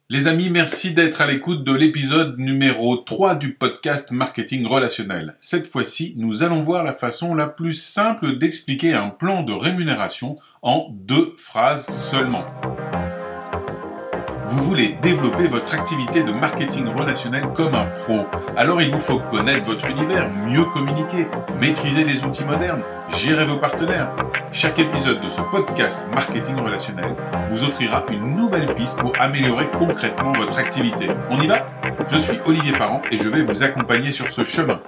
Les amis, merci d'être à l'écoute de l'épisode numéro 3 du podcast Marketing Relationnel. Cette fois-ci, nous allons voir la façon la plus simple d'expliquer un plan de rémunération en 2 phrases seulement. Vous voulez développer votre activité de marketing relationnel comme un pro. Alors il vous faut connaître votre univers, mieux communiquer, maîtriser les outils modernes, gérer vos partenaires. Chaque épisode de ce podcast Marketing Relationnel vous offrira une nouvelle piste pour améliorer concrètement votre activité. On y va ? Je suis Olivier Parent et je vais vous accompagner sur ce chemin.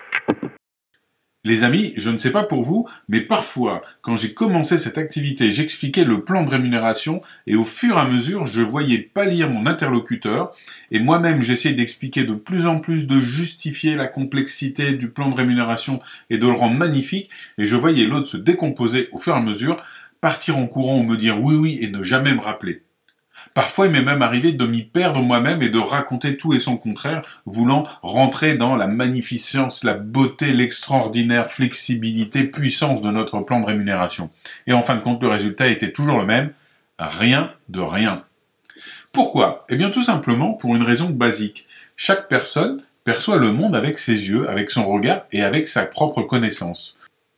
Les amis, je ne sais pas pour vous, mais parfois, quand j'ai commencé cette activité, j'expliquais le plan de rémunération et au fur et à mesure, je voyais pâlir mon interlocuteur et moi-même, j'essayais d'expliquer de plus en plus, de justifier la complexité du plan de rémunération et de le rendre magnifique et je voyais l'autre se décomposer au fur et à mesure, partir en courant ou me dire oui et ne jamais me rappeler. Parfois, il m'est même arrivé de m'y perdre moi-même et de raconter tout et son contraire, voulant rentrer dans la magnificence, la beauté, l'extraordinaire flexibilité, puissance de notre plan de rémunération. Et en fin de compte, le résultat était toujours le même, rien de rien. Pourquoi ? Eh bien, tout simplement pour une raison basique. Chaque personne perçoit le monde avec ses yeux, avec son regard et avec sa propre connaissance.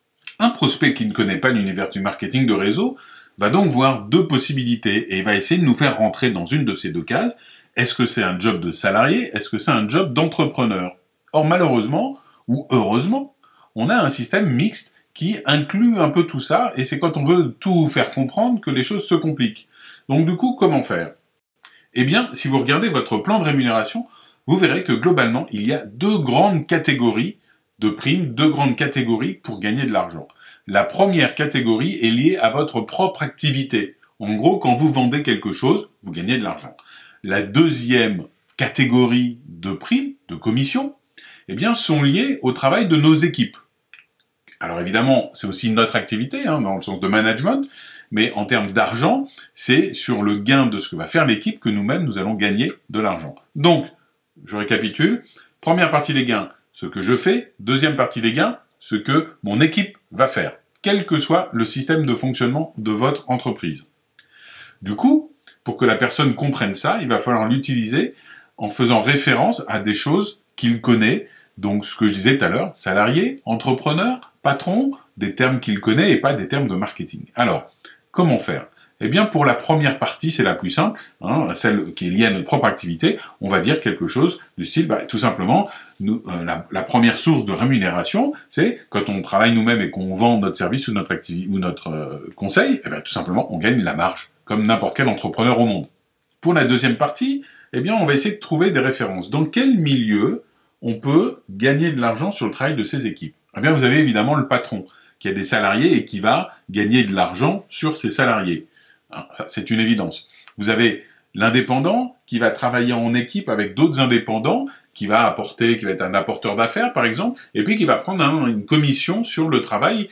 Un prospect qui ne connaît pas l'univers du marketing de réseau va donc voir 2 possibilités et il va essayer de nous faire rentrer dans une de ces 2 cases. Est-ce que c'est un job de salarié ? Est-ce que c'est un job d'entrepreneur ? Or malheureusement, ou heureusement, on a un système mixte qui inclut un peu tout ça et c'est quand on veut tout faire comprendre que les choses se compliquent. Donc du coup, comment faire ? Eh bien, si vous regardez votre plan de rémunération, vous verrez que globalement, il y a 2 grandes catégories de primes, 2 grandes catégories pour gagner de l'argent. La première catégorie est liée à votre propre activité. En gros, quand vous vendez quelque chose, vous gagnez de l'argent. La deuxième catégorie de primes, de commissions, eh bien, sont liées au travail de nos équipes. Alors évidemment, c'est aussi notre activité, dans le sens de management, mais en termes d'argent, c'est sur le gain de ce que va faire l'équipe que nous-mêmes, nous allons gagner de l'argent. Donc, je récapitule. Première partie des gains, ce que je fais. Deuxième partie des gains, ce que mon équipe va faire, quel que soit le système de fonctionnement de votre entreprise. Du coup, pour que la personne comprenne ça, il va falloir l'utiliser en faisant référence à des choses qu'il connaît, donc ce que je disais tout à l'heure, salarié, entrepreneur, patron, des termes qu'il connaît et pas des termes de marketing. Alors, comment faire ? Eh bien, pour la première partie, c'est la plus simple, celle qui est liée à notre propre activité, on va dire quelque chose du style, tout simplement, la première source de rémunération, c'est quand on travaille nous-mêmes et qu'on vend notre service ou notre activité ou notre conseil, tout simplement, on gagne la marge, comme n'importe quel entrepreneur au monde. Pour la deuxième partie, on va essayer de trouver des références. Dans quel milieu on peut gagner de l'argent sur le travail de ses équipes ? Eh bien, vous avez évidemment le patron, qui a des salariés et qui va gagner de l'argent sur ses salariés. Ça, c'est une évidence. Vous avez l'indépendant qui va travailler en équipe avec d'autres indépendants, qui va être un apporteur d'affaires par exemple, et puis qui va prendre une commission sur le travail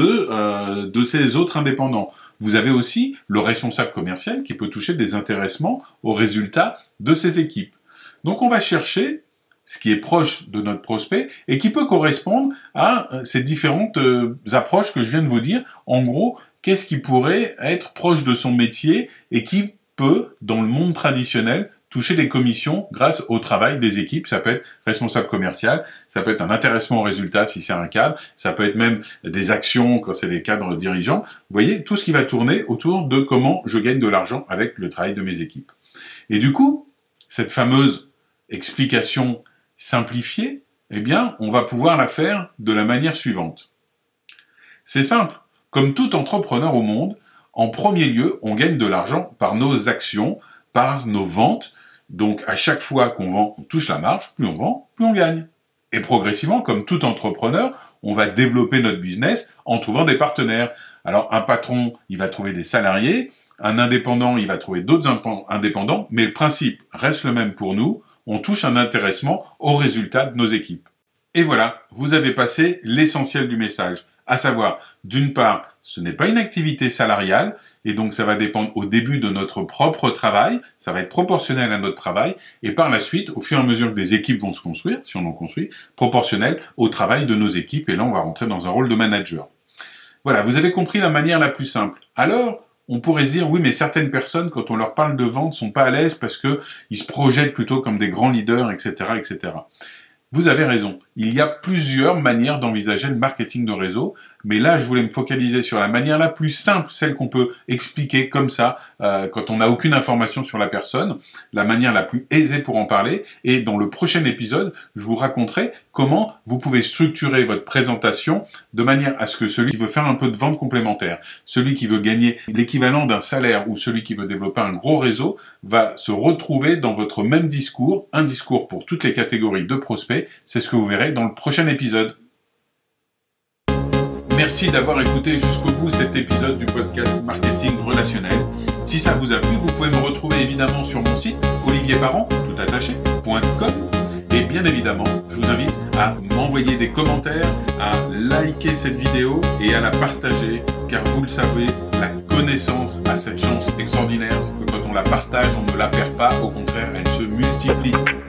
de ces autres indépendants. Vous avez aussi le responsable commercial qui peut toucher des intéressements aux résultats de ses équipes. Donc on va chercher ce qui est proche de notre prospect et qui peut correspondre à ces différentes approches que je viens de vous dire. En gros, qu'est-ce qui pourrait être proche de son métier et qui peut, dans le monde traditionnel, toucher des commissions grâce au travail des équipes. Ça peut être responsable commercial, ça peut être un intéressement au résultat si c'est un cadre, ça peut être même des actions quand c'est des cadres dirigeants. Vous voyez, tout ce qui va tourner autour de comment je gagne de l'argent avec le travail de mes équipes. Et du coup, cette fameuse explication simplifiée, on va pouvoir la faire de la manière suivante. C'est simple. Comme tout entrepreneur au monde, en premier lieu, on gagne de l'argent par nos actions, par nos ventes. Donc, à chaque fois qu'on vend, on touche la marge. Plus on vend, plus on gagne. Et progressivement, comme tout entrepreneur, on va développer notre business en trouvant des partenaires. Alors, un patron, il va trouver des salariés. Un indépendant, il va trouver d'autres indépendants. Mais le principe reste le même pour nous. On touche un intéressement aux résultats de nos équipes. Et voilà, vous avez passé l'essentiel du message. À savoir, d'une part, ce n'est pas une activité salariale, et donc ça va dépendre au début de notre propre travail, ça va être proportionnel à notre travail, et par la suite, au fur et à mesure que des équipes vont se construire, si on en construit, proportionnel au travail de nos équipes, et là on va rentrer dans un rôle de manager. Voilà, vous avez compris la manière la plus simple. Alors, on pourrait se dire, oui, mais certaines personnes, quand on leur parle de vente, sont pas à l'aise parce que ils se projettent plutôt comme des grands leaders, etc., etc. Vous avez raison. Il y a plusieurs manières d'envisager le marketing de réseau, mais là, je voulais me focaliser sur la manière la plus simple, celle qu'on peut expliquer comme ça, quand on n'a aucune information sur la personne, la manière la plus aisée pour en parler. Et dans le prochain épisode, je vous raconterai comment vous pouvez structurer votre présentation de manière à ce que celui qui veut faire un peu de vente complémentaire, celui qui veut gagner l'équivalent d'un salaire ou celui qui veut développer un gros réseau va se retrouver dans votre même discours, un discours pour toutes les catégories de prospects. C'est ce que vous verrez dans le prochain épisode. Merci d'avoir écouté jusqu'au bout cet épisode du podcast Marketing Relationnel. Si ça vous a plu, vous pouvez me retrouver évidemment sur mon site olivierparent.com et bien évidemment, je vous invite à m'envoyer des commentaires, à liker cette vidéo et à la partager car vous le savez, la connaissance a cette chance extraordinaire, c'est que quand on la partage, on ne la perd pas, au contraire, elle se multiplie.